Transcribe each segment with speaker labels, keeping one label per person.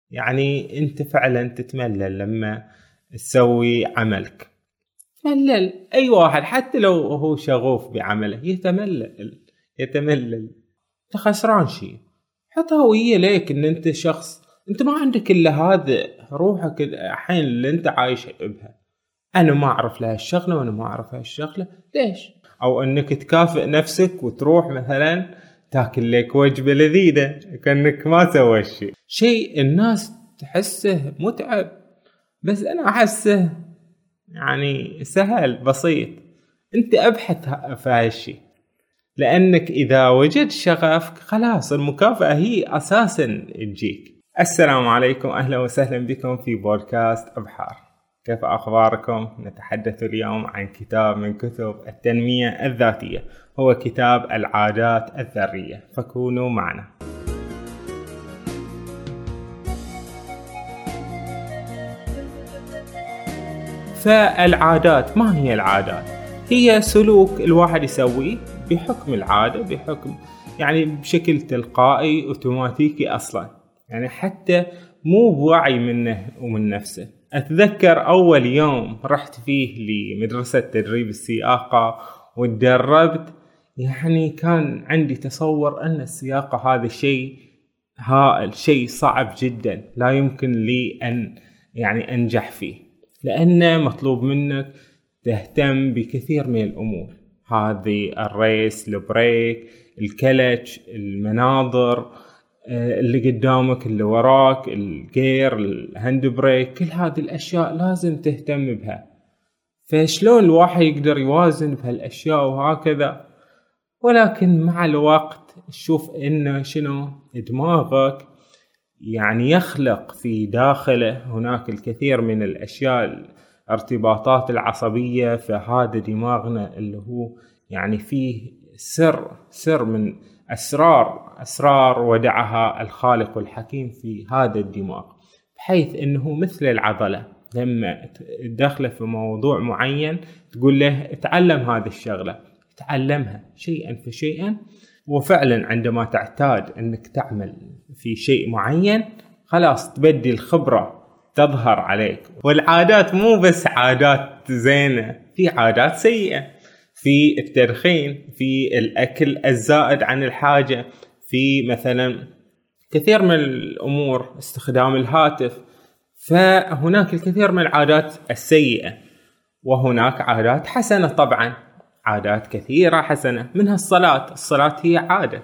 Speaker 1: يعني أنت فعلا تتملل لما تسوي عملك. تملل أي واحد حتى لو هو شغوف بعمله يتملل. أنت خسران شيء. حط هوية ليك إن أنت شخص، أنت ما عندك إلا هذا روحك الحين اللي أنت عايش بها. أنا ما أعرف لها الشغلة وأنا ما أعرف هالشغلة، ليش؟ أو أنك تكافئ نفسك وتروح مثلا تاكل لك وجبة لذيذة كأنك ما سوى شيء الناس تحسه متعب، بس أنا أحسه يعني سهل بسيط. أنت أبحث في هالشيء، لأنك إذا وجدت شغفك خلاص المكافأة هي أساسا تجيك. السلام عليكم، أهلا وسهلا بكم في بودكاست أبحار. كيف أخباركم؟ نتحدث اليوم عن كتاب من كتب التنمية الذاتية، هو كتاب العادات الذرية، فكونوا معنا. فالعادات، ما هي العادات؟ هي سلوك الواحد يسويه بحكم العادة، بحكم يعني بشكل تلقائي اوتوماتيكي أصلا، يعني حتى مو بوعي منه ومن نفسه. أتذكر أول يوم رحت فيه لمدرسة تدريب السياقة وتدربت، يعني كان عندي تصور أن السياقة هذا شيء هائل، شيء صعب جدا، لا يمكن لي أن يعني أنجح فيه، لأنه مطلوب منك تهتم بكثير من الأمور. هذه الريس، البريك، الكلتش، المناظر اللي قدامك، اللي وراك، الجير، الهاند بريك، كل هذه الأشياء لازم تهتم بها. فشلون الواحد يقدر يوازن بهالأشياء وهكذا؟ ولكن مع الوقت تشوف إنه شنو دماغك يعني يخلق في داخله هناك الكثير من الأشياء، الارتباطات العصبية. فهذا دماغنا اللي هو يعني فيه سر من أسرار ودعها الخالق الحكيم في هذا الدماغ، بحيث أنه مثل العضلة، لما تدخله في موضوع معين تقول له اتعلم هذه الشغلة، تعلمها شيئا فشيئا، وفعلا عندما تعتاد أنك تعمل في شيء معين خلاص تبدي الخبرة تظهر عليك. والعادات مو بس عادات زينة، في عادات سيئة، في التدخين، في الأكل الزائد عن الحاجة، في مثلا كثير من الأمور، استخدام الهاتف. فهناك الكثير من العادات السيئة، وهناك عادات حسنة طبعا، عادات كثيرة حسنة، منها الصلاة هي عادة.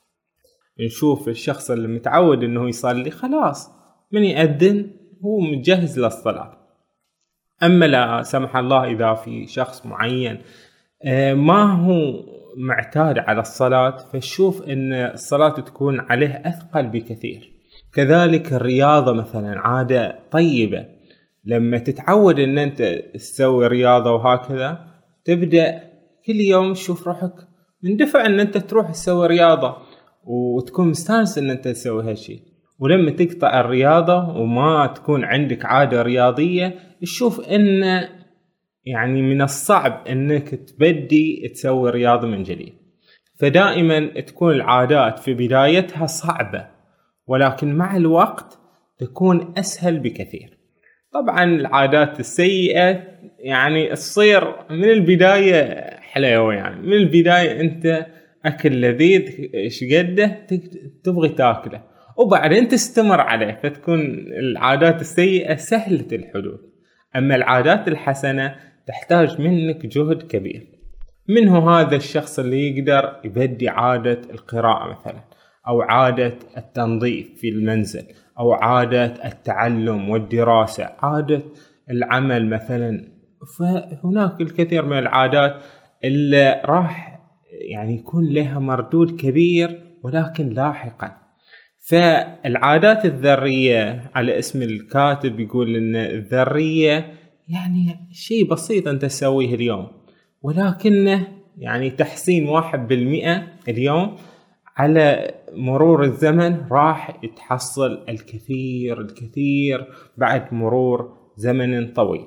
Speaker 1: نشوف الشخص اللي متعود انه يصلي خلاص من يأذن هو متجهز للصلاة. اما لا سمح الله اذا في شخص معين ما هو معتاد على الصلاة، فشوف ان الصلاة تكون عليه اثقل بكثير. كذلك الرياضة مثلا عادة طيبة، لما تتعود ان انت تسوي رياضة وهكذا تبدأ كل يوم تشوف روحك مندفع ان انت تروح تسوي رياضة وتكون مستانس ان انت تسوي هالشي. ولما تقطع الرياضة وما تكون عندك عادة رياضية تشوف ان يعني من الصعب انك تبدي تسوي رياضة من جديد. فدائما تكون العادات في بدايتها صعبة، ولكن مع الوقت تكون اسهل بكثير. طبعا العادات السيئة يعني تصير من البداية حلوة، يعني من البداية انت اكل لذيذ ايش قده تبغي تاكله وبعدين تستمر عليه، فتكون العادات السيئة سهلة الحدوث. اما العادات الحسنة تحتاج منك جهد كبير. منه هذا الشخص اللي يقدر يبدي عادة القراءة مثلا، أو عادة التنظيف في المنزل، أو عادة التعلم والدراسة، عادة العمل مثلا. فهناك الكثير من العادات اللي راح يعني يكون لها مردود كبير ولكن لاحقا. فالعادات الذرية على اسم الكاتب يقول إن الذرية يعني شيء بسيط أنت تسويه اليوم، ولكنه يعني تحسين 1% اليوم على مرور الزمن راح يتحصل الكثير بعد مرور زمن طويل.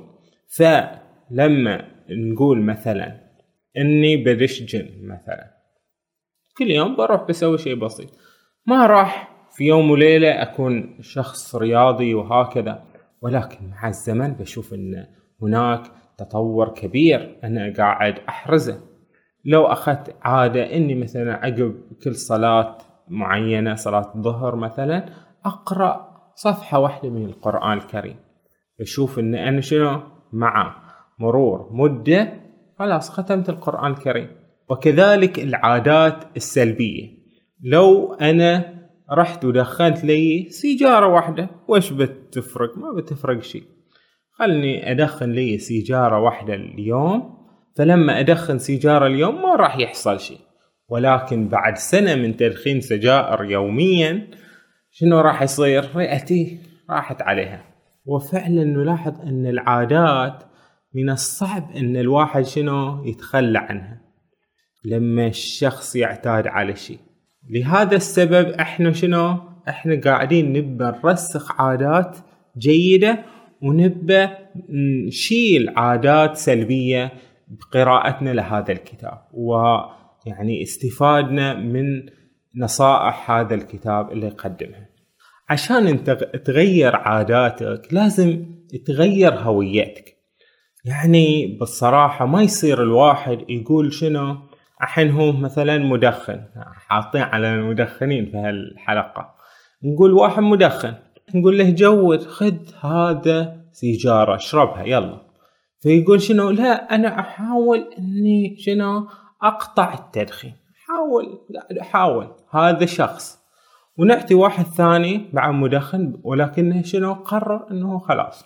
Speaker 1: فلما نقول مثلا اني بدش جيم مثلا، كل يوم بروح بسوي شيء بسيط، ما راح في يوم وليلة أكون شخص رياضي وهكذا، ولكن مع الزمن بشوف أن هناك تطور كبير أنا قاعد أحرزه. لو أخذت عادة أني مثلا عقب كل صلاة معينة، صلاة الظهر مثلا، أقرأ صفحة واحدة من القرآن الكريم، بشوف أن أنا شنو مع مرور مدة خلاص ختمت القرآن الكريم. وكذلك العادات السلبية، لو أنا رحت ودخلت لي سيجارة واحدة، وش بتفرق؟ ما بتفرق شيء. خلني أدخن لي سيجارة واحدة اليوم، فلما أدخن سيجارة اليوم ما راح يحصل شيء، ولكن بعد سنة من تدخين سجائر يوميا شنو راح يصير؟ رئتي راحت عليها. وفعلا نلاحظ أن العادات من الصعب أن الواحد شنو يتخلى عنها لما الشخص يعتاد على شيء. لهذا السبب احنا قاعدين نبى نرسخ عادات جيدة، ونبى نشيل عادات سلبية بقراءتنا لهذا الكتاب، ويعني استفادنا من نصائح هذا الكتاب اللي يقدمها. عشان انت تغير عاداتك لازم تغير هويتك. يعني بالصراحة ما يصير الواحد يقول شنو الحين هو مثلا مدخن، حاطين على المدخنين في هالحلقة، نقول واحد مدخن نقول له جود خد هذا سيجارة اشربها يلا، فيقول شنو لا أنا أحاول أني شنو أقطع التدخين، أحاول هذا شخص. ونأتي واحد ثاني مع مدخن ولكنه شنو قرر أنه خلاص،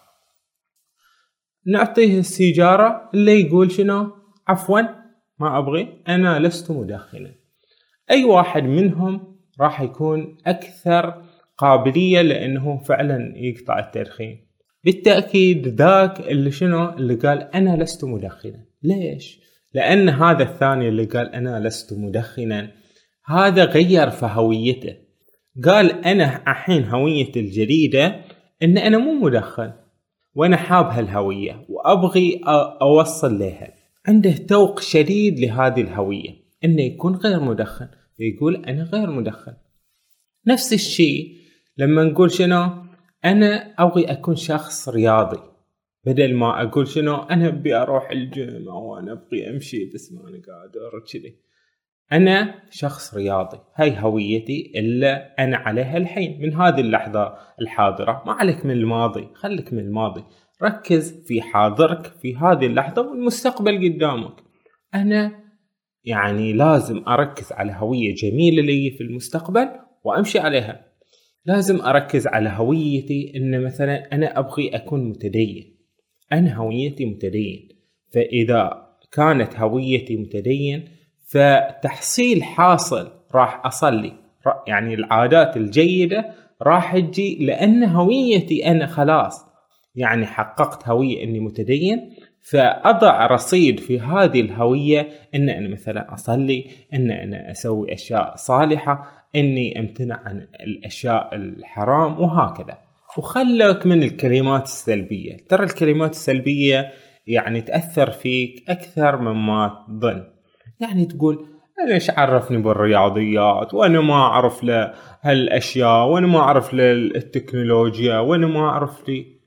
Speaker 1: نعطيه السيجارة اللي يقول شنو عفوا ما أبغي أنا لست مدخنا. أي واحد منهم راح يكون أكثر قابلية لأنه فعلا يقطع التدخين؟ بالتأكيد ذاك اللي قال أنا لست مدخنا. ليش؟ لأن هذا الثاني اللي قال أنا لست مدخنا هذا غير في هويته، قال أنا الحين هويتي الجديدة إن أنا مو مدخن، وأنا حاب هالهوية وأبغي أوصل لها. عنده توق شديد لهذه الهوية إنه يكون غير مدخن، فيقول أنا غير مدخن. نفس الشيء لما نقول شنو أنا أبغي أكون شخص رياضي، بدل ما أقول شنو أنا أبي أروح الجيم أو أنا أبغي أمشي بس ما أنا قادر كذي، أنا شخص رياضي، هاي هويتي اللي أنا عليها الحين من هذه اللحظة الحاضرة. ما عليك من الماضي، خليك من الماضي، ركز في حاضرك في هذه اللحظة والمستقبل قدامك. أنا يعني لازم أركز على هوية جميلة لي في المستقبل وأمشي عليها. لازم أركز على هويتي إن مثلا أنا أبغي أكون متدين، أنا هويتي متدين، فإذا كانت هويتي متدين فتحصيل حاصل راح أصلي، يعني العادات الجيدة راح تجي لأن هويتي أنا خلاص يعني حققت هوية إني متدين، فأضع رصيد في هذه الهوية إن أنا مثلا أصلي، إن أنا أسوي أشياء صالحة، إني أمتنع عن الأشياء الحرام وهكذا. وخلك من الكلمات السلبية، ترى الكلمات السلبية يعني تأثر فيك أكثر مما تظن. يعني تقول أنا إيش عرفني بالرياضيات، وأنا ما أعرف له هالأشياء، وأنا ما أعرف له التكنولوجيا، وأنا ما أعرف لي.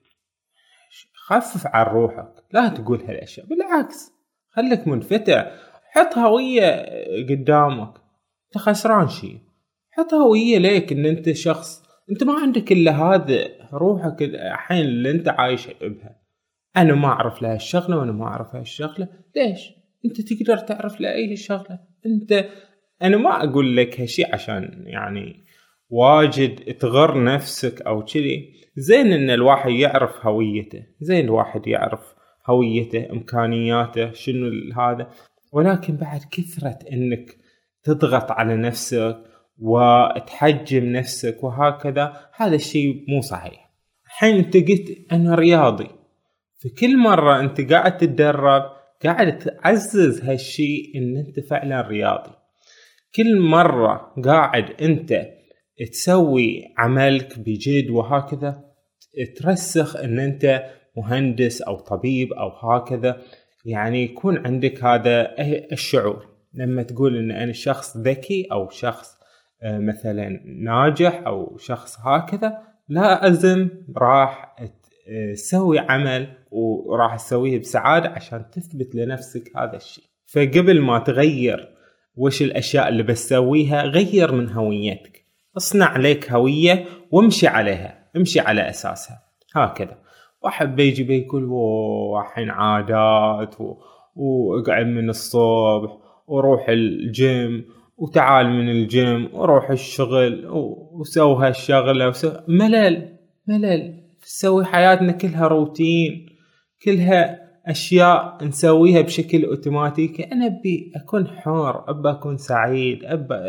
Speaker 1: خفف عن روحك، لا تقول هالأشياء، بالعكس خليك منفتح، حط هوية قدامك، أنت خسران شيء. حط هوية ليك إن أنت شخص، أنت ما عندك إلا هذا روحك الحين اللي أنت عايش بها. أنا ما أعرف لها الشغلة وأنا ما أعرف هالشغلة، ليش؟ أنت تقدر تعرف لأي شغلة. أنا ما أقول لك هالشي عشان يعني واجد تغر نفسك أو كذي. زين إن الواحد يعرف هويته، زين الواحد يعرف هويته، إمكانياته شنو هذا، ولكن بعد كثرة إنك تضغط على نفسك وتحجم نفسك وهكذا، هذا الشيء مو صحيح. الحين أنت قلت أنا رياضي، في كل مرة أنت قاعد تتدرب قاعد تعزز هالشيء إن أنت فعلا رياضي. كل مرة قاعد أنت تسوي عملك بجد وهكذا ترسخ إن أنت مهندس أو طبيب أو هكذا، يعني يكون عندك هذا الشعور لما تقول إن أنا شخص ذكي أو شخص مثلا ناجح أو شخص هكذا، لازم راح تسوي عمل وراح تسويه بسعادة عشان تثبت لنفسك هذا الشيء. فقبل ما تغير وش الأشياء اللي بتسويها، غير من هويتك، اصنع لك هوية وامشي عليها، امشي على أساسها هكذا. واحد بيجي بيقول الحين عادات واقعد من الصبح وروح الجيم وتعال من الجيم وروح الشغل وسوي هالشغلة ملل. نسوي حياتنا كلها روتين، كلها أشياء نسويها بشكل أوتوماتيكي. أنا أبي أكون حر، أبي أكون سعيد،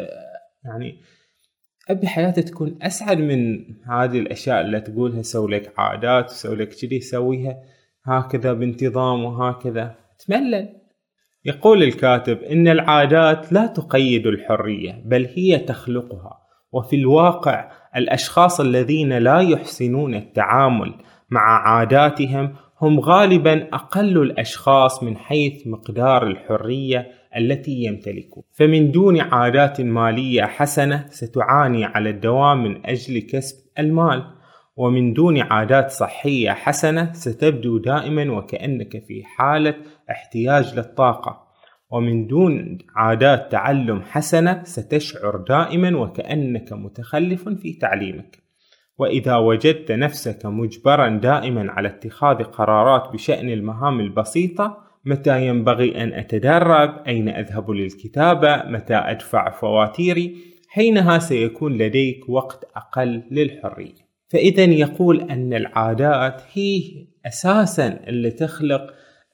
Speaker 1: أبي حياتي تكون أسعد من هذه الأشياء اللي تقولها سوي لك عادات وسوي لك كذي، سويها هكذا بانتظام وهكذا تملل. يقول الكاتب إن العادات لا تقيد الحرية بل هي تخلقها، وفي الواقع الأشخاص الذين لا يحسنون التعامل مع عاداتهم هم غالبا أقل الأشخاص من حيث مقدار الحرية التي يمتلكون. فمن دون عادات مالية حسنة ستعاني على الدوام من أجل كسب المال، ومن دون عادات صحية حسنة ستبدو دائما وكأنك في حالة احتياج للطاقة، ومن دون عادات تعلم حسنة ستشعر دائما وكأنك متخلف في تعليمك. وإذا وجدت نفسك مجبرا دائما على اتخاذ قرارات بشأن المهام البسيطة، متى ينبغي أن أتدرب، أين أذهب للكتابة، متى أدفع فواتيري، حينها سيكون لديك وقت أقل للحرية. فإذا يقول أن العادات هي أساسا اللي تخلق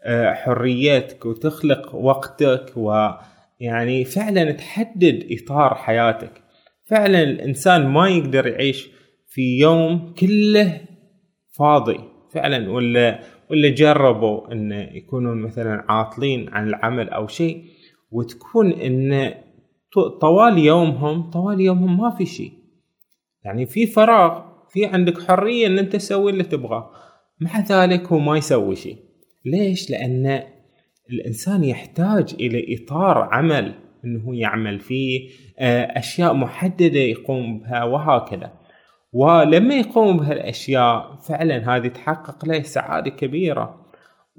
Speaker 1: حريتك وتخلق وقتك، ويعني فعلا تحدد إطار حياتك. فعلا الإنسان ما يقدر يعيش في يوم كله فاضي فعلا، ولا جربوا أن يكونون مثلا عاطلين عن العمل أو شيء، وتكون أن طوال يومهم ما في شيء، يعني في فراغ، في عندك حرية أن أنت تسوي اللي تبغاه، مع ذلك هو ما يسوي شيء. ليش؟ لأن الإنسان يحتاج إلى إطار عمل أنه يعمل فيه، أشياء محددة يقوم بها وهكذا. ولما يقوم بهالأشياء فعلا هذه تحقق له سعادة كبيرة،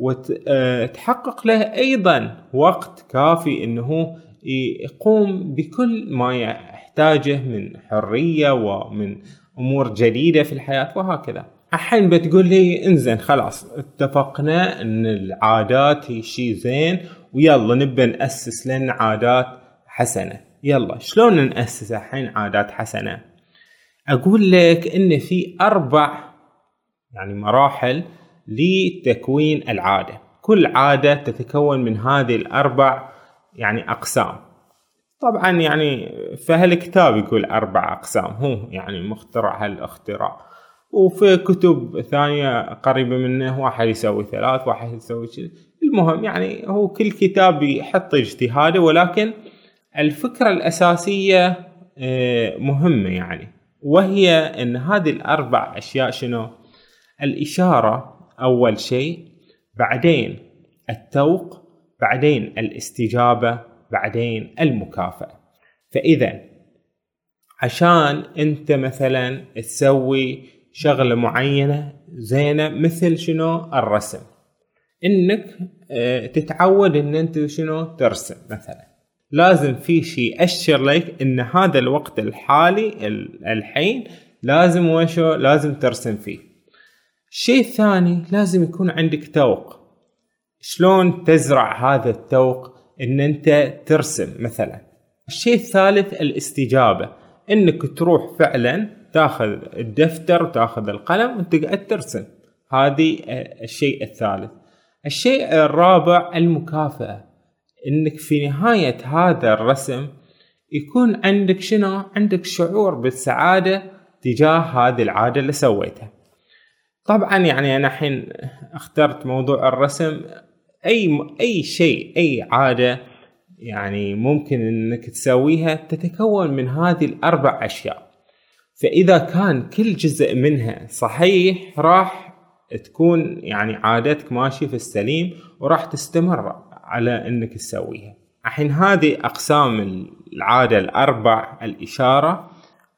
Speaker 1: وتحقق له أيضا وقت كافي أنه يقوم بكل ما يحتاجه من حرية ومن أمور جديدة في الحياة وهكذا. الحين بتقول لي إنزين خلاص اتفقنا أن العادات هي شيء زين، ويلا نبي نأسس لنا عادات حسنة. يلا شلون نأسس الحين عادات حسنة؟ أقول لك إن في 4 مراحل لتكوين العادة. كل عادة تتكون من هذه 4 أقسام. طبعا فهالكتاب يقول 4 أقسام، هو مخترع هالاختراع، وفي كتب ثانية قريبة منه واحد يسوي 3، واحد يسوي شيء. المهم هو كل كتاب يحط اجتهاده، ولكن الفكرة الأساسية مهمة وهي أن هذه 4 أشياء شنو؟ الإشارة أول شيء، بعدين التوق، بعدين الاستجابة، بعدين المكافأة. فإذا عشان أنت مثلا تسوي شغلة معينة زينة مثل شنو؟ الرسم، إنك تتعود إن أنت شنو؟ ترسم مثلا، لازم في شيء أشر لك إن هذا الوقت الحالي الحين لازم ترسم فيه. الشيء الثاني لازم يكون عندك توق. شلون تزرع هذا التوق؟ إن أنت ترسم مثلا. الشيء الثالث الاستجابة، إنك تروح فعلا تاخذ الدفتر وتاخذ القلم وانت قاعد ترسم. هذه الشيء الثالث. الشيء الرابع المكافأة، إنك في نهاية هذا الرسم يكون عندك شنو؟ عندك شعور بالسعادة تجاه هذه العادة اللي سويتها. طبعا أنا حين اخترت موضوع الرسم، أي شيء، أي عادة ممكن إنك تسويها تتكون من هذه 4 أشياء. فإذا كان كل جزء منها صحيح راح تكون عادتك ماشي في السليم، وراح تستمر على إنك تسويها. الحين هذه أقسام العادة الأربع: الإشارة،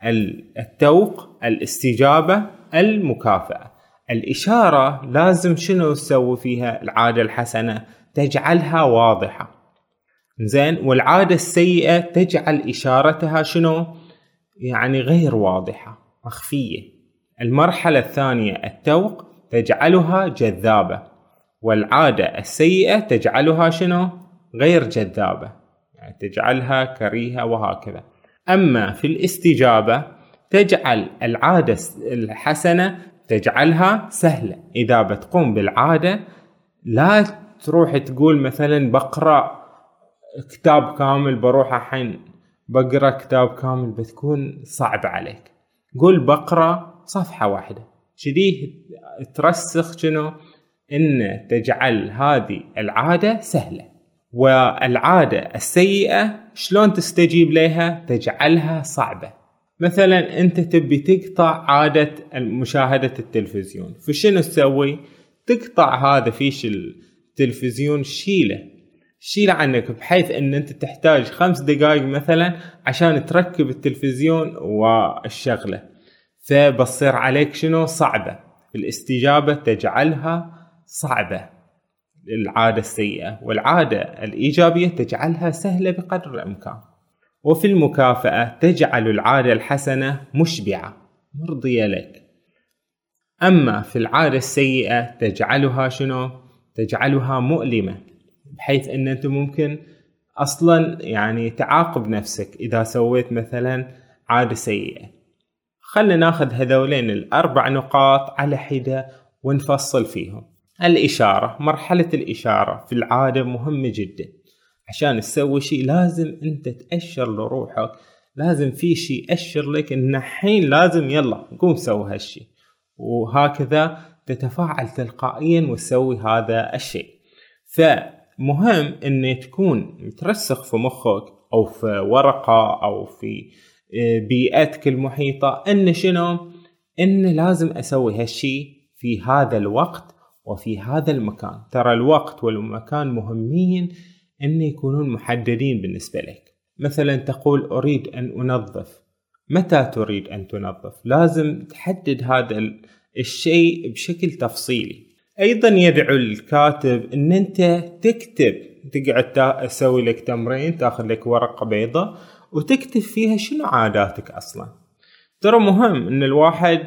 Speaker 1: التوق، الاستجابة، المكافأة. الإشارة لازم شنو تسوي فيها العادة الحسنة؟ تجعلها واضحة، زين. والعادة السيئة تجعل إشارتها شنو؟ يعني غير واضحة، مخفية. المرحلة الثانية التوق تجعلها جذابة، والعادة السيئة تجعلها شنو؟ غير جذابة، يعني تجعلها كريهة وهكذا. أما في الاستجابة تجعل العادة الحسنة تجعلها سهلة. إذا بتقوم بالعادة لا تروح تقول مثلا بقرأ كتاب كامل، بروح الحين بقرأ كتاب كامل، بتكون صعب عليك. قول بقرأ صفحة واحدة، كذي ترسخ شنو؟ إن تجعل هذه العادة سهلة. والعادة السيئة شلون تستجيب لها؟ تجعلها صعبة. مثلا أنت تبي تقطع عادة مشاهدة التلفزيون، فشنو تسوي؟ تقطع هذا فيش التلفزيون، شيله عنك، بحيث أن أنت تحتاج 5 دقائق مثلا عشان تركب التلفزيون والشغلة، فبصير عليك شنو؟ صعبة. الاستجابة تجعلها صعبة العادة السيئة، والعادة الإيجابية تجعلها سهلة بقدر الإمكان. وفي المكافأة تجعل العادة الحسنة مشبعة مرضية لك. أما في العادة السيئة تجعلها شنو؟ تجعلها مؤلمة، بحيث أن أنت ممكن أصلا يعني تعاقب نفسك إذا سويت مثلا عادة سيئة. خلنا ناخذ هذولين 4 نقاط على حدة ونفصل فيهم. الإشارة، مرحلة الإشارة في العادة مهمة جدا. عشان تسوي شيء لازم أنت تأشر لروحك، لازم في شيء أشر لك إن الحين لازم يلا قوم سوي هالشيء، وهكذا تتفاعل تلقائيا وتسوي هذا الشيء. فمهم إن تكون مترسخ في مخك أو في ورقة أو في بيئتك المحيطة إن شنو؟ إن لازم أسوي هالشيء في هذا الوقت وفي هذا المكان. ترى الوقت والمكان مهمين أن يكونون محددين بالنسبة لك. مثلا تقول أريد أن أنظف، متى تريد أن تنظف؟ لازم تحدد هذا الشيء بشكل تفصيلي. أيضا يدعو الكاتب أن أنت تكتب، تقعد تسوي لك تمرين، تأخذ لك ورقة بيضاء وتكتب فيها شنو عاداتك أصلا. ترى مهم أن الواحد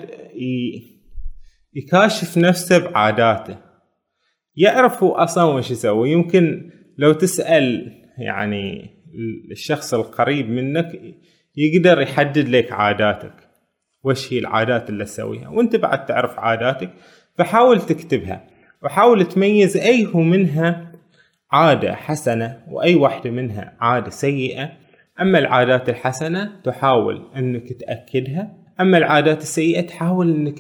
Speaker 1: يكاشف نفسه بعاداته، يعرف هو أصلا وش يسوي. يمكن لو تسأل يعني الشخص القريب منك يقدر يحدد لك عاداتك، وش هي العادات اللي تسويها، وانت بعد تعرف عاداتك. فحاول تكتبها وحاول تميز أي هو منها عادة حسنة وأي واحدة منها عادة سيئة. أما العادات الحسنة تحاول أنك تأكدها، أما العادات السيئة تحاول أنك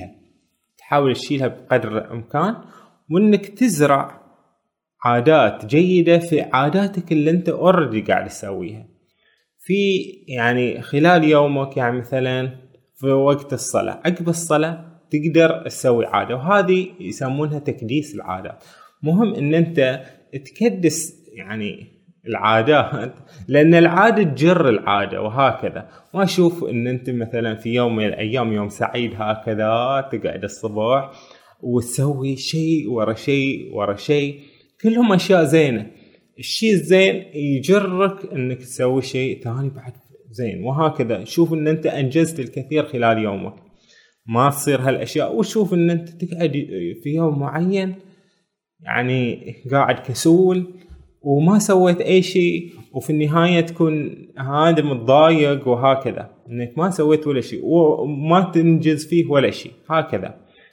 Speaker 1: تشيلها بقدر الإمكان، وأنك تزرع عادات جيدة في عاداتك اللي أنت already قاعد تسويها في يعني خلال يومك. يعني مثلا في وقت الصلاة، عقب الصلاة تقدر تسوي عادة، وهذه يسمونها تكديس العادات. مهم أن أنت تكدس يعني العادات، لأن العادة تجر العادة وهكذا. ما أشوف أن أنت مثلا في يوم من الأيام يوم سعيد هكذا تقعد الصباح وتسوي شيء ورا شيء ورا شيء، كلهم أشياء زينة. الشيء الزين يجرك أنك تسوي شيء ثاني بعد زين، وهكذا. شوف أن أنت أنجزت الكثير خلال يومك، ما تصير هالأشياء وشوف أن أنت تقعد في يوم معين يعني قاعد كسول وما سويت أي شيء، وفي النهاية تكون هذا متضايق وهكذا، أنك ما سويت ولا شيء وما تنجز فيه ولا شيء هكذا.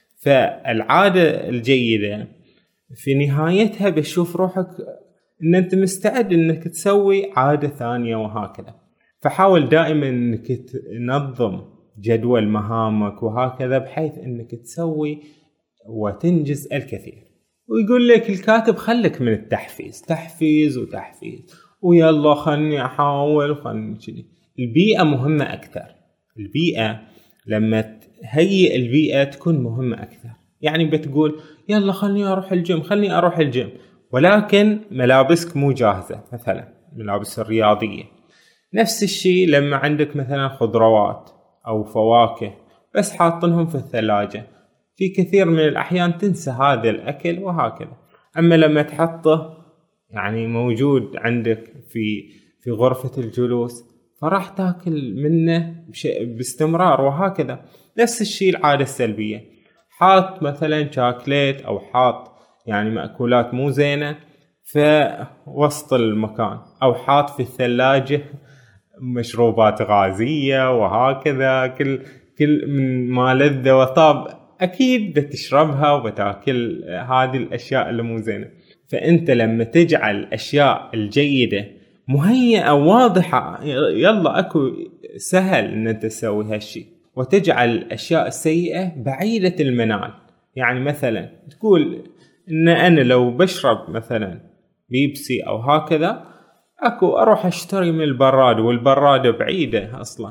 Speaker 1: فالعادة الجيدة في نهايتها بتشوف روحك أن أنت مستعد أنك تسوي عادة ثانية وهكذا. فحاول دائما أنك تنظم جدول مهامك وهكذا، بحيث أنك تسوي وتنجز الكثير. ويقول لك الكاتب خلك من التحفيز، تحفيز ويلا خلني أحاول خلني كذي. البيئة مهمة أكثر. البيئة لما تهيئ البيئة تكون مهمة أكثر. يعني بتقول يلا خلني أروح الجيم ولكن ملابسك مو جاهزة مثلا، الملابس الرياضية. نفس الشيء لما عندك مثلا خضروات أو فواكه بس حاطنهم في الثلاجة، في كثير من الأحيان تنسى هذا الأكل وهكذا. أما لما تحطه يعني موجود عندك في غرفة الجلوس فراح تاكل منه باستمرار وهكذا. نفس الشيء العادة السلبية، حاط مثلا شاكليت أو حاط يعني مأكولات مو زينة في وسط المكان، أو حاط في الثلاجة مشروبات غازية وهكذا، كل من ما لذ وطاب أكيد بتشربها وبتاكل هذه الأشياء اللي مو زينة. فأنت لما تجعل الأشياء الجيدة مهيئة واضحة، يلا أكو سهل أن أنت تسوي هالشي، وتجعل الأشياء السيئة بعيدة المنال. يعني مثلا تقول إن أنا لو بشرب مثلا بيبسي أو هكذا أكو أروح أشتري من البراد، والبرادة بعيدة أصلا،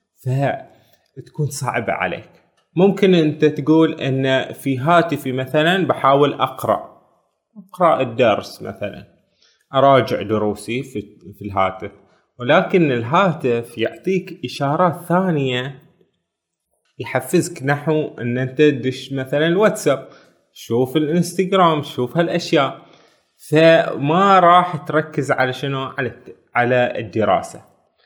Speaker 1: فتكون صعبة عليك. ممكن أنت تقول إن في هاتفي مثلا بحاول أقرأ الدرس مثلا، أراجع دروسي في الهاتف، ولكن الهاتف يعطيك إشارات ثانية يحفزك نحو أن أنت تدش مثلا الواتساب، شوف الانستغرام، شوف هالأشياء، فما راح تركز على شنو، على الدراسة.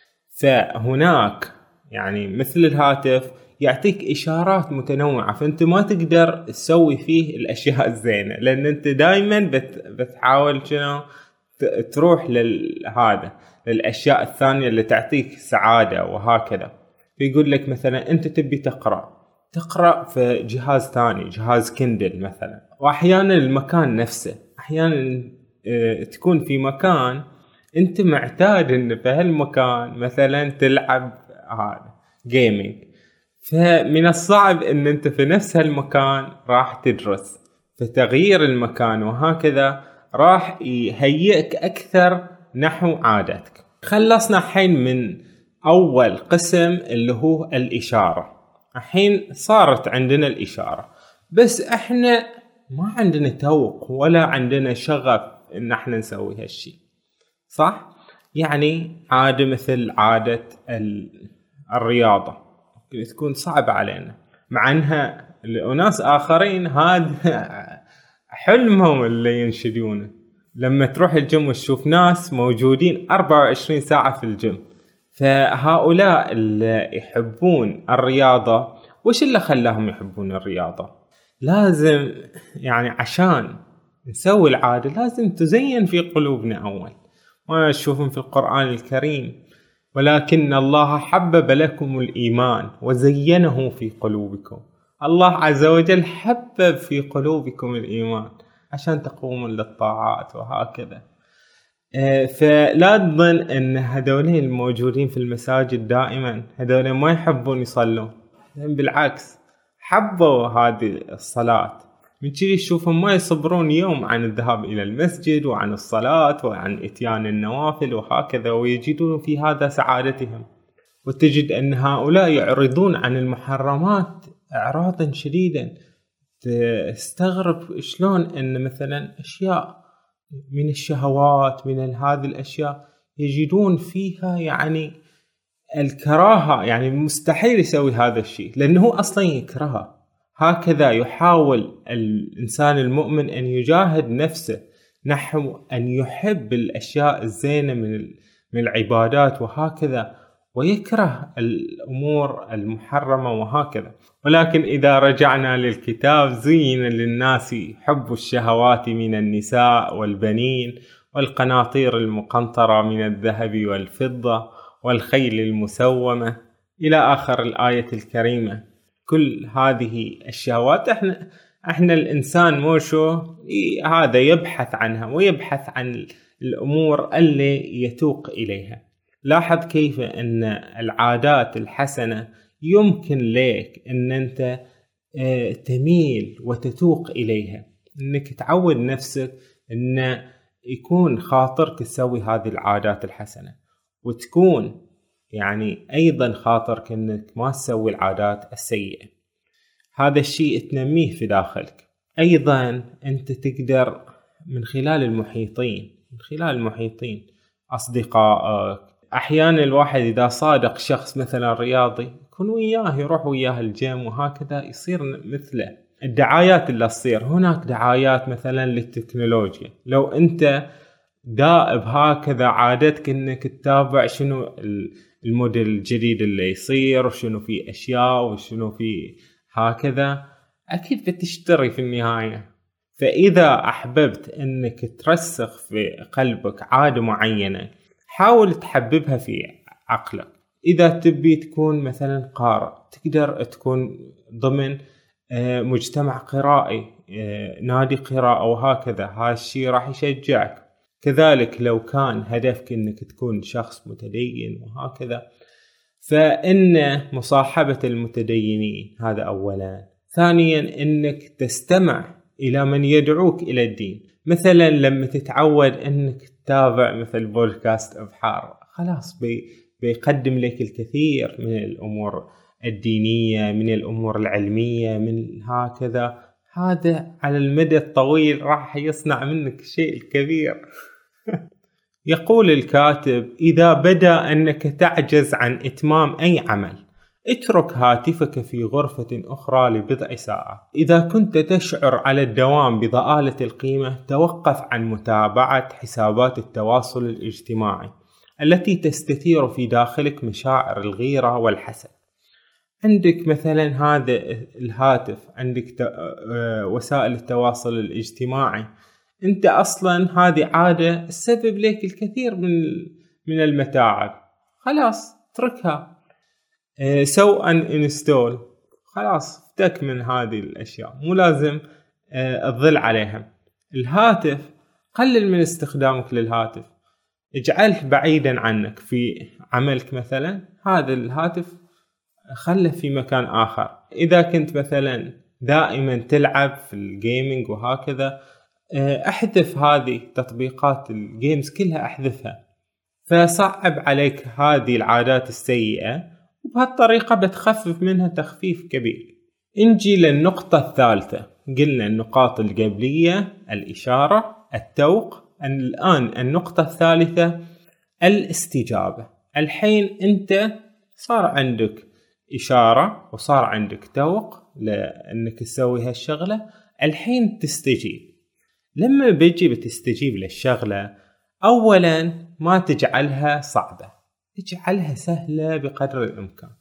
Speaker 1: فهناك يعني مثل الهاتف يعطيك إشارات متنوعة، فأنت ما تقدر تسوي فيه الأشياء الزينة، لأن أنت دايما بتحاول شنو تروح للأشياء الثانية اللي تعطيك سعادة وهكذا. بيقول لك مثلا أنت تبي تقرأ في جهاز ثاني، جهاز كندل مثلا، وأحيانا المكان نفسه، أحيانا تكون في مكان أنت معتاد أن في هالمكان مثلا تلعب هذا جيمينج، فمن الصعب أن أنت في نفس هالمكان راح تدرس. فتغيير المكان وهكذا راح يهيئك أكثر نحو عادتك. خلصنا حين من أول قسم اللي هو الإشارة، الحين صارت عندنا الإشارة، بس إحنا ما عندنا توق ولا عندنا شغف إن إحنا نسوي هالشي، صح؟ يعني عادة مثل عادة الرياضة تكون صعبة علينا، مع أنها لأناس آخرين هذا حلمهم اللي ينشدونه. لما تروح الجيم وتشوف ناس موجودين 24 ساعة في الجيم، فهؤلاء اللي يحبون الرياضة، وش اللي خلاهم يحبون الرياضة؟ لازم يعني عشان نسوي العادة لازم تزين في قلوبنا أول. ما تشوفون في القرآن الكريم ولكن الله حبب لكم الإيمان وزينه في قلوبكم. الله عز وجل حبب في قلوبكم الإيمان عشان تقومون للطاعات وهكذا. فلا تظن أن هذولين الموجودين في المساجد دائما هذول ما يحبون يصلون، بالعكس حبوا هذه الصلاة، من كذي تشوفهم ما يصبرون يوم عن الذهاب إلى المسجد وعن الصلاة وعن إتيان النوافل وهكذا، ويجدون في هذا سعادتهم. وتجد أن هؤلاء يعرضون عن المحرمات إعراضا شديدا، تستغرب شلون أن مثلا أشياء من الشهوات من هذه الأشياء يجدون فيها يعني الكراهة، يعني مستحيل يسوي هذا الشيء لأنه أصلا يكرهه. هكذا يحاول الإنسان المؤمن أن يجاهد نفسه نحو أن يحب الأشياء الزينة من العبادات وهكذا، ويكره الأمور المحرمة وهكذا. ولكن إذا رجعنا للكتاب زين للناس حب الشهوات من النساء والبنين والقناطير المقنطرة من الذهب والفضة والخيل المسومة إلى آخر الآية الكريمة. كل هذه الشهوات احنا الإنسان موشو هذا يبحث عنها ويبحث عن الأمور اللي يتوق إليها. لاحظ كيف أن العادات الحسنة يمكن لك أن أنت تميل وتتوق إليها، أنك تعود نفسك أن يكون خاطرك تسوي هذه العادات الحسنة، وتكون يعني أيضا خاطرك أنك ما تسوي العادات السيئة. هذا الشيء تنميه في داخلك. أيضا أنت تقدر من خلال المحيطين أصدقائك. أحيانا الواحد إذا صادق شخص مثلا رياضي يكون وياه، يروح وياه الجيم وهكذا يصير مثله. الدعايات اللي تصير، هناك دعايات مثلا للتكنولوجيا، لو أنت دائب هكذا عادتك انك تتابع شنو الموديل الجديد اللي يصير وشنو في اشياء وشنو في هكذا، اكيد بتشتري في النهاية. فاذا احببت انك ترسخ في قلبك عادة معينة، حاول تحببها في عقلك. اذا تبي تكون مثلا قارئ، تقدر تكون ضمن مجتمع قرائي، نادي قراءة وهكذا، هالشي راح يشجعك. كذلك لو كان هدفك انك تكون شخص متدين وهكذا، فإن مصاحبة المتدينين هذا أولا. ثانيا انك تستمع الى من يدعوك الى الدين. مثلا لما تتعود انك تتابع مثل بودكاست ابحار، خلاص بيقدم لك الكثير من الامور الدينية، من الامور العلمية، من هكذا. هذا على المدى الطويل راح يصنع منك شيء كبير. يقول الكاتب: إذا بدا أنك تعجز عن إتمام أي عمل، اترك هاتفك في غرفة أخرى لبضع ساعات. إذا كنت تشعر على الدوام بضآلة القيمة، توقف عن متابعة حسابات التواصل الاجتماعي التي تستثير في داخلك مشاعر الغيرة والحسد. عندك مثلا هذا الهاتف، عندك وسائل التواصل الاجتماعي، انت اصلا هذه عادة تسبب لك الكثير من المتاعب. خلاص اتركها، سو انستول، خلاص افتك من هذه الاشياء، مو لازم تظل عليها. الهاتف، قلل من استخدامك للهاتف، اجعله بعيدا عنك في عملك. مثلا هذا الهاتف خله في مكان آخر. إذا كنت مثلا دائما تلعب في الجيمينج وهكذا، احذف هذه تطبيقات الجيمز كلها، احذفها. فصعب عليك هذه العادات السيئة، وبهالطريقة بتخفف منها تخفيف كبير. نجي للنقطة الثالثة. قلنا النقاط القبلية، الإشارة، التوق. الآن النقطة الثالثة الاستجابة. الحين أنت صار عندك إشارة وصار عندك توق لأنك تسوي هالشغلة، الحين تستجيب. لما بيجي بتستجيب للشغلة، أولا ما تجعلها صعبة، تجعلها سهلة بقدر الإمكان.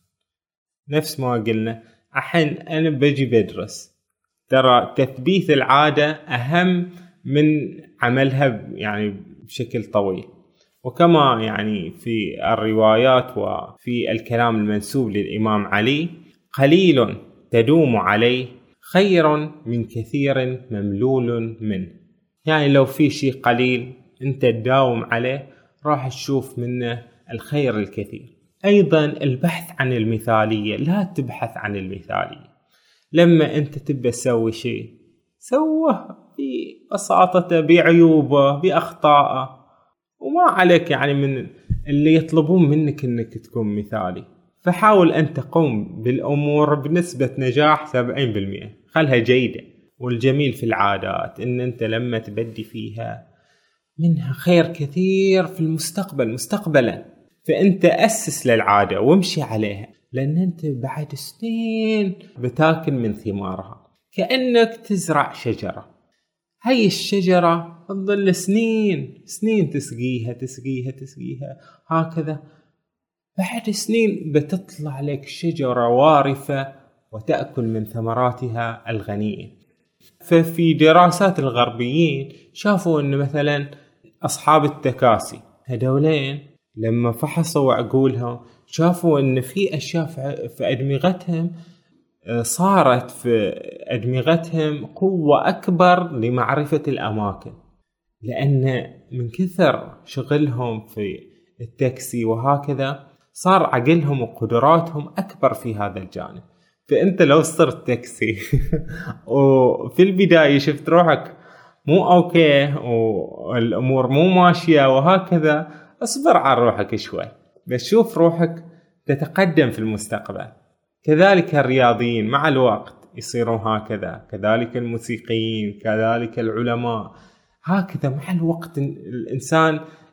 Speaker 1: نفس ما قلنا، الحين أنا بيجي بدرس، ترى تثبيت العادة أهم من عملها يعني بشكل طويل. وكما يعني في الروايات وفي الكلام المنسوب للإمام علي: قليل تدوم عليه خير من كثير مملول منه. يعني لو في شيء قليل انت تداوم عليه، راح تشوف منه الخير الكثير. ايضا البحث عن المثالية، لا تبحث عن المثالية. لما انت تبى تسوي شيء، سوه ببساطته، بعيوبه، بأخطائه، وما عليك يعني من اللي يطلبون منك انك تكون مثالي. فحاول ان تقوم بالامور بنسبة نجاح 70%، خلها جيدة. والجميل في العادات ان انت لما تبدي فيها منها خير كثير في المستقبل مستقبلا. فانت اسس للعادة وامشي عليها، لان انت بعد سنين بتاكل من ثمارها. كأنك تزرع شجرة، هاي الشجرة تظل سنين تسقيها هكذا. بعد سنين بتطلع لك شجرة وارفة وتأكل من ثمراتها الغنية. ففي دراسات الغربيين شافوا ان مثلا اصحاب التكاسي هذولين لما فحصوا عقولهم، شافوا ان في اشياء في ادمغتهم صارت في أدمغتهم قوة أكبر لمعرفة الأماكن، لأن من كثر شغلهم في التاكسي وهكذا صار عقلهم وقدراتهم أكبر في هذا الجانب. فأنت لو صرت تاكسي وفي البداية شفت روحك مو أوكي والأمور مو ماشية وهكذا، اصبر على روحك شوي، بس شوف روحك تتقدم في المستقبل. كذلك الرياضيين مع الوقت يصيرون هكذا، كذلك الموسيقيين، كذلك العلماء، هكذا مع الوقت الإنسان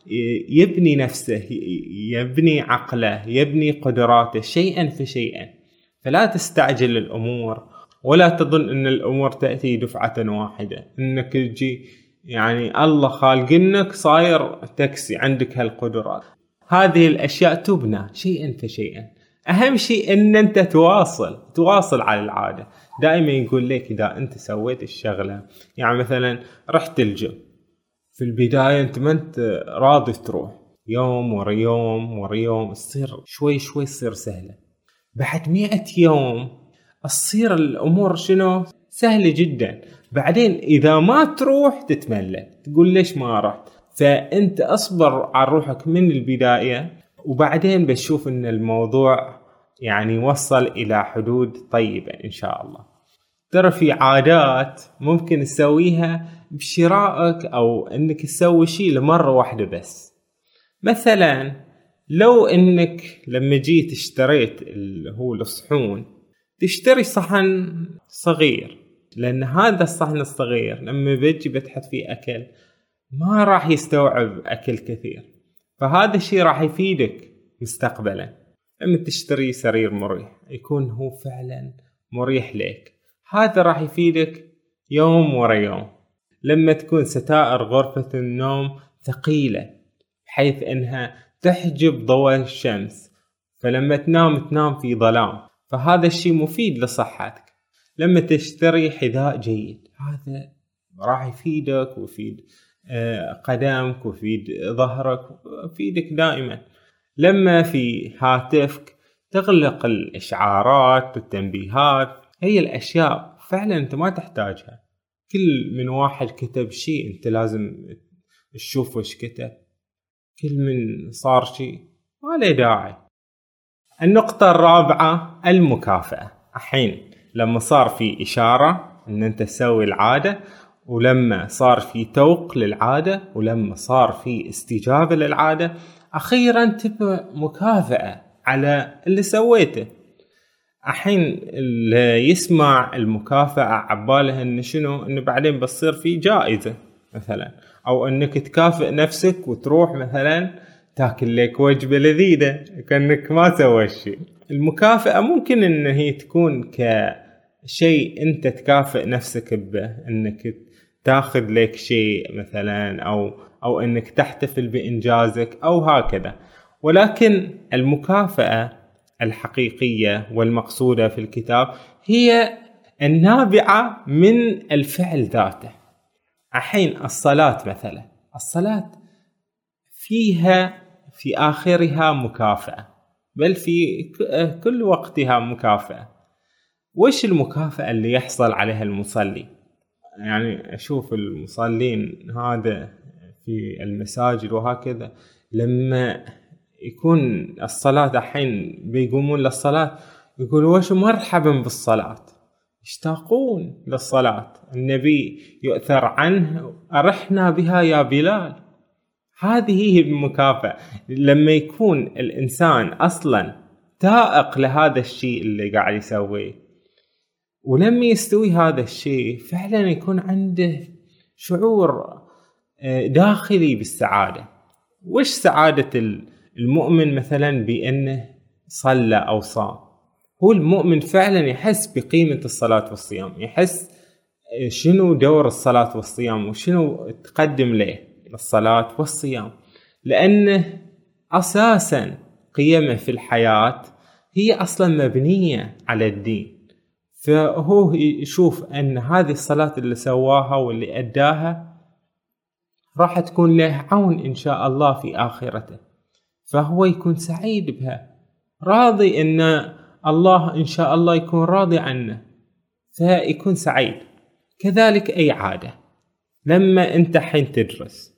Speaker 1: يبني نفسه، يبني عقله، يبني قدراته شيئا فشيئا. فلا تستعجل الأمور، ولا تظن أن الأمور تأتي دفعة واحدة، أنك تجي يعني الله خالقنك صاير تكسي عندك هالقدرات. هذه الأشياء تبنى شيئا فشيئا. أهم شيء أن أنت تواصل على العادة. دائما يقول لك إذا أنت سويت الشغلة، يعني مثلا رحت الجيم في البداية أنت ما أنت راضي تروح، يوم ورا يوم ورا يوم تصير شوي شوي تصير سهلة. بعد 100 يوم تصير الأمور سهلة جدا. بعدين إذا ما تروح تتملل، تقول ليش ما رحت. فأنت أصبر على روحك من البداية، وبعدين بتشوف أن الموضوع يعني وصل إلى حدود طيبة إن شاء الله. ترى في عادات ممكن تسويها بشرائك أو أنك تسوي شيء لمرة واحدة بس. مثلا لو أنك لما جيت اشتريت اللي هو الصحون، تشتري صحن صغير، لأن هذا الصحن الصغير لما بيجي بتحط فيه أكل ما راح يستوعب أكل كثير. فهذا الشيء راح يفيدك مستقبلا. لما تشتري سرير مريح يكون هو فعلا مريح لك، هذا راح يفيدك يوم ورا يوم. لما تكون ستائر غرفة النوم ثقيلة بحيث أنها تحجب ضوء الشمس، فلما تنام في ظلام، فهذا الشيء مفيد لصحتك. لما تشتري حذاء جيد، هذا راح يفيدك ويفيد قدمك ويفيد ظهرك ويفيدك دائما. لما في هاتفك تغلق الإشعارات والتنبيهات، هي الأشياء فعلا أنت ما تحتاجها. كل من واحد كتب شيء أنت لازم تشوف وش كتب، كل من صار شيء ما له داعي. النقطة الرابعة المكافأة. الحين لما صار في إشارة أن أنت تسوي العادة، ولما صار في توق للعادة، ولما صار في استجابة للعادة، أخيرا تبقى مكافأة على اللي سويته. الحين اللي يسمع المكافأة عباله إن إنه بعدين بصير في جائزة مثلا، أو إنك تكافئ نفسك وتروح مثلا تاكل لك وجبة لذيذة كأنك ما سوى شيء. المكافأة ممكن إن هي تكون كشيء أنت تكافئ نفسك به، إنك تاخذ لك شيء مثلا، أو إنك تحتفل بإنجازك أو هكذا. ولكن المكافأة الحقيقية والمقصودة في الكتاب هي النابعة من الفعل ذاته. الحين الصلاة مثلا، الصلاة فيها في آخرها مكافأة، بل في كل وقتها مكافأة. وش المكافأة اللي يحصل عليها المصلي؟ يعني أشوف المصلين هذا في المساجد وهكذا، لما يكون الصلاة الحين بيقومون للصلاة يقولوا وش مرحبا بالصلاة، يشتاقون للصلاة. النبي يؤثر عنه أرحنا بها يا بلال. هذه هي المكافأة. لما يكون الإنسان أصلا تائق لهذا الشيء اللي قاعد يسويه، ولما يستوي هذا الشيء فعلا يكون عنده شعور داخلي بالسعادة. وش سعادة المؤمن مثلا بأنه صلى أو صام؟ هو المؤمن فعلا يحس بقيمة الصلاة والصيام، يحس شنو دور الصلاة والصيام وشنو تقدم له الصلاة والصيام، لأنه أساسا قيمه في الحياة هي أصلا مبنية على الدين. فهو يشوف أن هذه الصلاة اللي سواها واللي أداها راح تكون له عون إن شاء الله في آخرته، فهو يكون سعيد بها، راضي أن الله إن شاء الله يكون راضي عنه، فيكون سعيد. كذلك أي عادة، لما أنت حين تدرس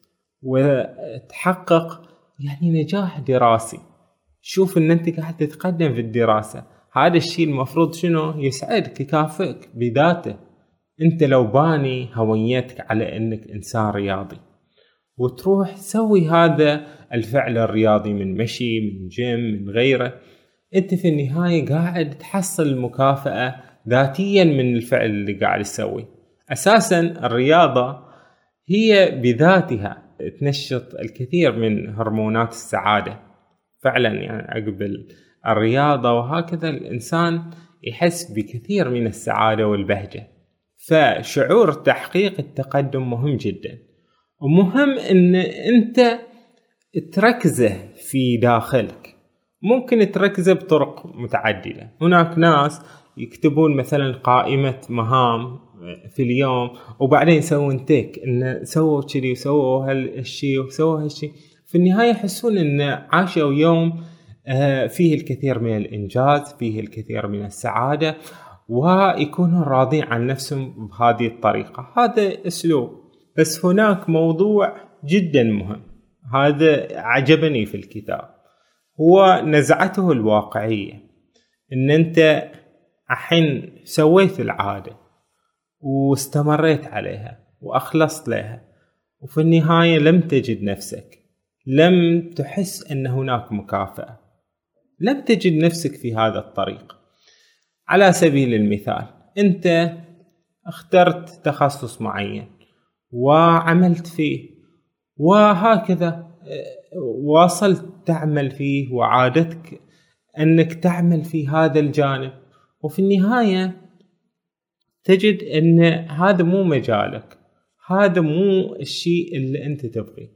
Speaker 1: وتحقق يعني نجاح دراسي، شوف أن أنت قاعد تتقدم في الدراسة، هذا الشيء المفروض يسعدك، يكافئك بذاته. أنت لو باني هويتك على أنك إنسان رياضي وتروح تسوي هذا الفعل الرياضي من مشي، من جيم، من غيره، أنت في النهاية قاعد تحصل مكافأة ذاتيا من الفعل اللي قاعد تسوي. أساسا الرياضة هي بذاتها تنشط الكثير من هرمونات السعادة فعلا. يعني عقب الرياضة وهكذا الإنسان يحس بكثير من السعادة والبهجة. فشعور تحقيق التقدم مهم جدا، ومهم ان انت تركزه في داخلك. ممكن تركزه بطرق متعددة. هناك ناس يكتبون مثلا قائمة مهام في اليوم وبعدين يسوون تيك ان سووا كذي وسووا هالشيء وسووا هالشيء، في النهاية يحسون ان عاشوا يوم فيه الكثير من الإنجاز، فيه الكثير من السعادة، ويكونوا راضين عن نفسهم بهذه الطريقة. هذا أسلوب. بس هناك موضوع جدا مهم، هذا عجبني في الكتاب، هو نزعته الواقعية. إن أنت الحين سويت العادة واستمريت عليها وأخلصت لها، وفي النهاية لم تجد نفسك، لم تحس أن هناك مكافأة، لم تجد نفسك في هذا الطريق. على سبيل المثال، أنت اخترت تخصص معين وعملت فيه وهكذا واصلت تعمل فيه وعادتك أنك تعمل في هذا الجانب، وفي النهاية تجد أن هذا مو مجالك، هذا مو الشيء اللي أنت تبغي.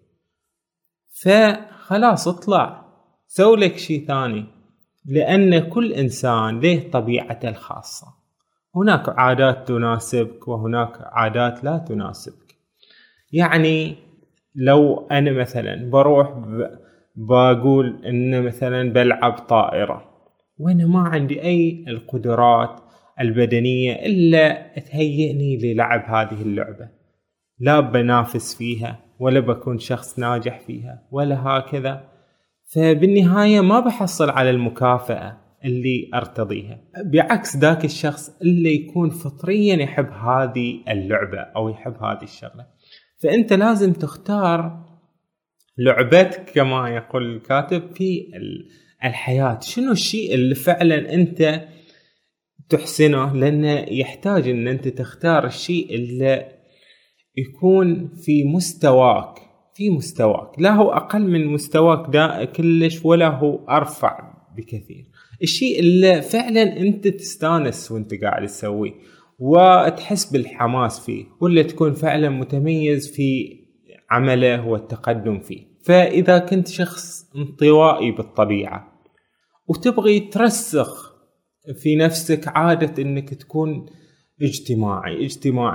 Speaker 1: فخلاص اطلع سوي لك شيء ثاني، لأن كل إنسان له طبيعته الخاصة. هناك عادات تناسبك وهناك عادات لا تناسبك. يعني لو أنا مثلا بروح بقول إن مثلا بلعب طائرة وأنا ما عندي أي القدرات البدنية إلا تهيئني للعب هذه اللعبة، لا بنافس فيها ولا بكون شخص ناجح فيها ولا هكذا، فبالنهاية ما بحصل على المكافأة اللي أرتضيها. بعكس ذاك الشخص اللي يكون فطريا يحب هذه اللعبة أو يحب هذه الشغلة. فأنت لازم تختار لعبتك كما يقول الكاتب في الحياة. شنو الشيء اللي فعلا أنت تحسنه، لأنه يحتاج أن أنت تختار الشيء اللي يكون في مستواك، لا هو أقل من مستواك دا كلش ولا هو أرفع بكثير. الشيء اللي فعلا أنت تستانس وأنت قاعد تسويه وتحس بالحماس فيه، واللي تكون فعلا متميز في عمله والتقدم فيه. فإذا كنت شخص انطوائي بالطبيعة وتبغي ترسخ في نفسك عادة أنك تكون اجتماعي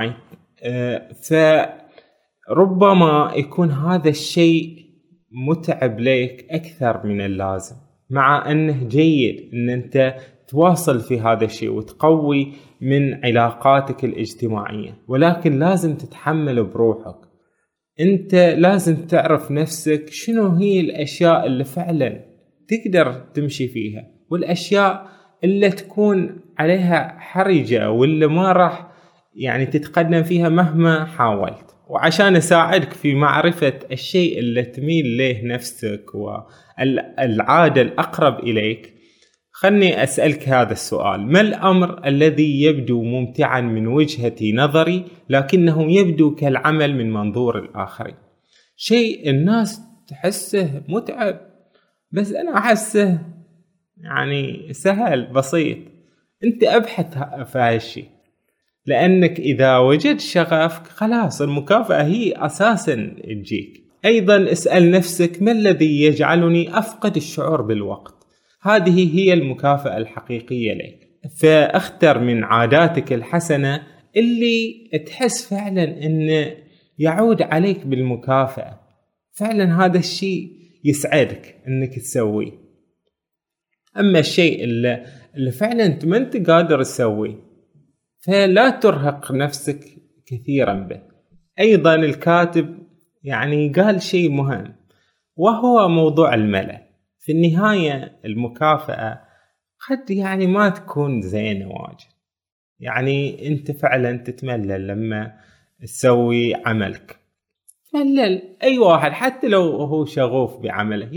Speaker 1: فربما يكون هذا الشيء متعب لك أكثر من اللازم، مع أنه جيد أن أنت تواصل في هذا الشيء وتقوي من علاقاتك الاجتماعية، ولكن لازم تتحمل بروحك. أنت لازم تعرف نفسك شنو هي الأشياء اللي فعلا تقدر تمشي فيها، والأشياء اللي تكون عليها حرجة واللي ما راح يعني تتقدم فيها مهما حاولت. وعشان أساعدك في معرفة الشيء اللي تميل له نفسك والعادة الأقرب إليك، خلني أسألك هذا السؤال: ما الأمر الذي يبدو ممتعا من وجهة نظري لكنه يبدو كالعمل من منظور الآخرين؟ شيء الناس تحسه متعب بس أنا أحسه يعني سهل بسيط. أنت أبحث في هالشيء، لأنك إذا وجدت شغفك خلاص المكافأة هي أساسا تجيك. أيضا اسأل نفسك: ما الذي يجعلني أفقد الشعور بالوقت؟ هذه هي المكافأة الحقيقية لك. فاختر من عاداتك الحسنة اللي تحس فعلا أن يعود عليك بالمكافأة. فعلا هذا الشيء يسعدك أنك تسويه. أما الشيء اللي فعلا أنت ما أنت قادر تسويه فلا ترهق نفسك كثيرا به. أيضا الكاتب يعني قال شيء مهم، وهو موضوع الملل. في النهاية المكافأة قد يعني ما تكون زينة واجد، يعني أنت فعلا تتملل لما تسوي عملك. تملل أي واحد حتى لو هو شغوف بعمله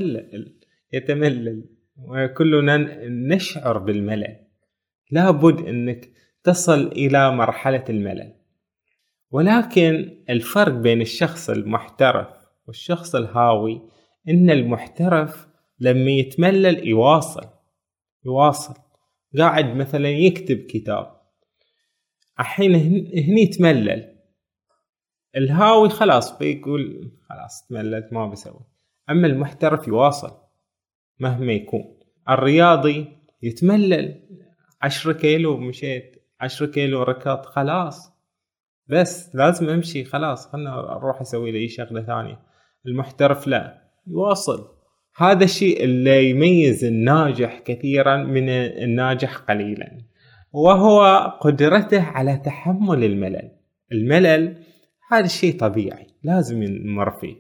Speaker 1: يتملل وكلنا نشعر بالملل. لابد أنك تصل إلى مرحلة الملل. ولكن الفرق بين الشخص المحترف والشخص الهاوي إن المحترف لما يتملل يواصل قاعد مثلا يكتب كتاب، الحين هني تملل. الهاوي خلاص بيقول خلاص تمللت ما بسوي. أما المحترف يواصل مهما يكون. الرياضي يتملل 10 كيلو مشيت 10 كيلو ركض خلاص بس لازم أمشي خلاص خلنا أروح أسوي لي شغلة ثانية. المحترف لا يواصل. هذا الشيء اللي يميز الناجح كثيرا من الناجح قليلا، وهو قدرته على تحمل الملل هذا الشيء طبيعي لازم نمر فيه.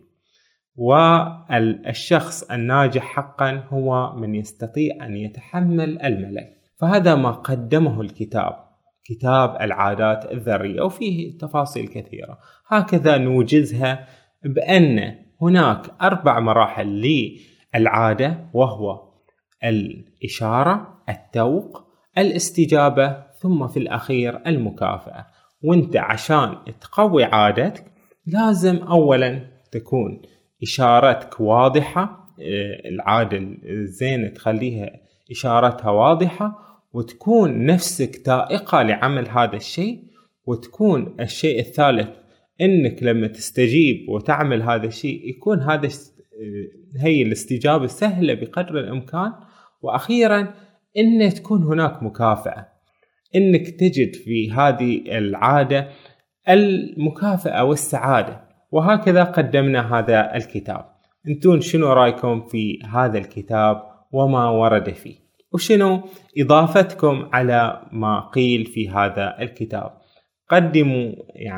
Speaker 1: والشخص الناجح حقا هو من يستطيع أن يتحمل الملل. فهذا ما قدمه الكتاب، كتاب العادات الذرية، وفيه تفاصيل كثيرة. هكذا نوجزها بأن هناك 4 مراحل للعادة، وهو الإشارة، التوق، الاستجابة، ثم في الأخير المكافأة. وانت عشان تقوي عادتك لازم أولا تكون إشارتك واضحة، العادة الزينة تخليها إشارتها واضحة، وتكون نفسك تائقة لعمل هذا الشيء. وتكون الشيء الثالث إنك لما تستجيب وتعمل هذا الشيء يكون هي الاستجابة سهلة بقدر الإمكان. وأخيرا إن تكون هناك مكافأة، إنك تجد في هذه العادة المكافأة والسعادة. وهكذا قدمنا هذا الكتاب. انتون شنو رأيكم في هذا الكتاب وما ورد فيه؟ وشنو إضافتكم على ما قيل في هذا الكتاب؟ قدموا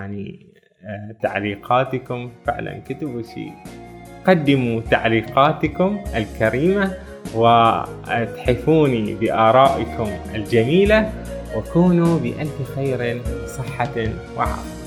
Speaker 1: تعليقاتكم. فعلا كتبوا شيء. قدموا تعليقاتكم الكريمة واتحفوني بآرائكم الجميلة، وكونوا بألف خير وصحة وعافية.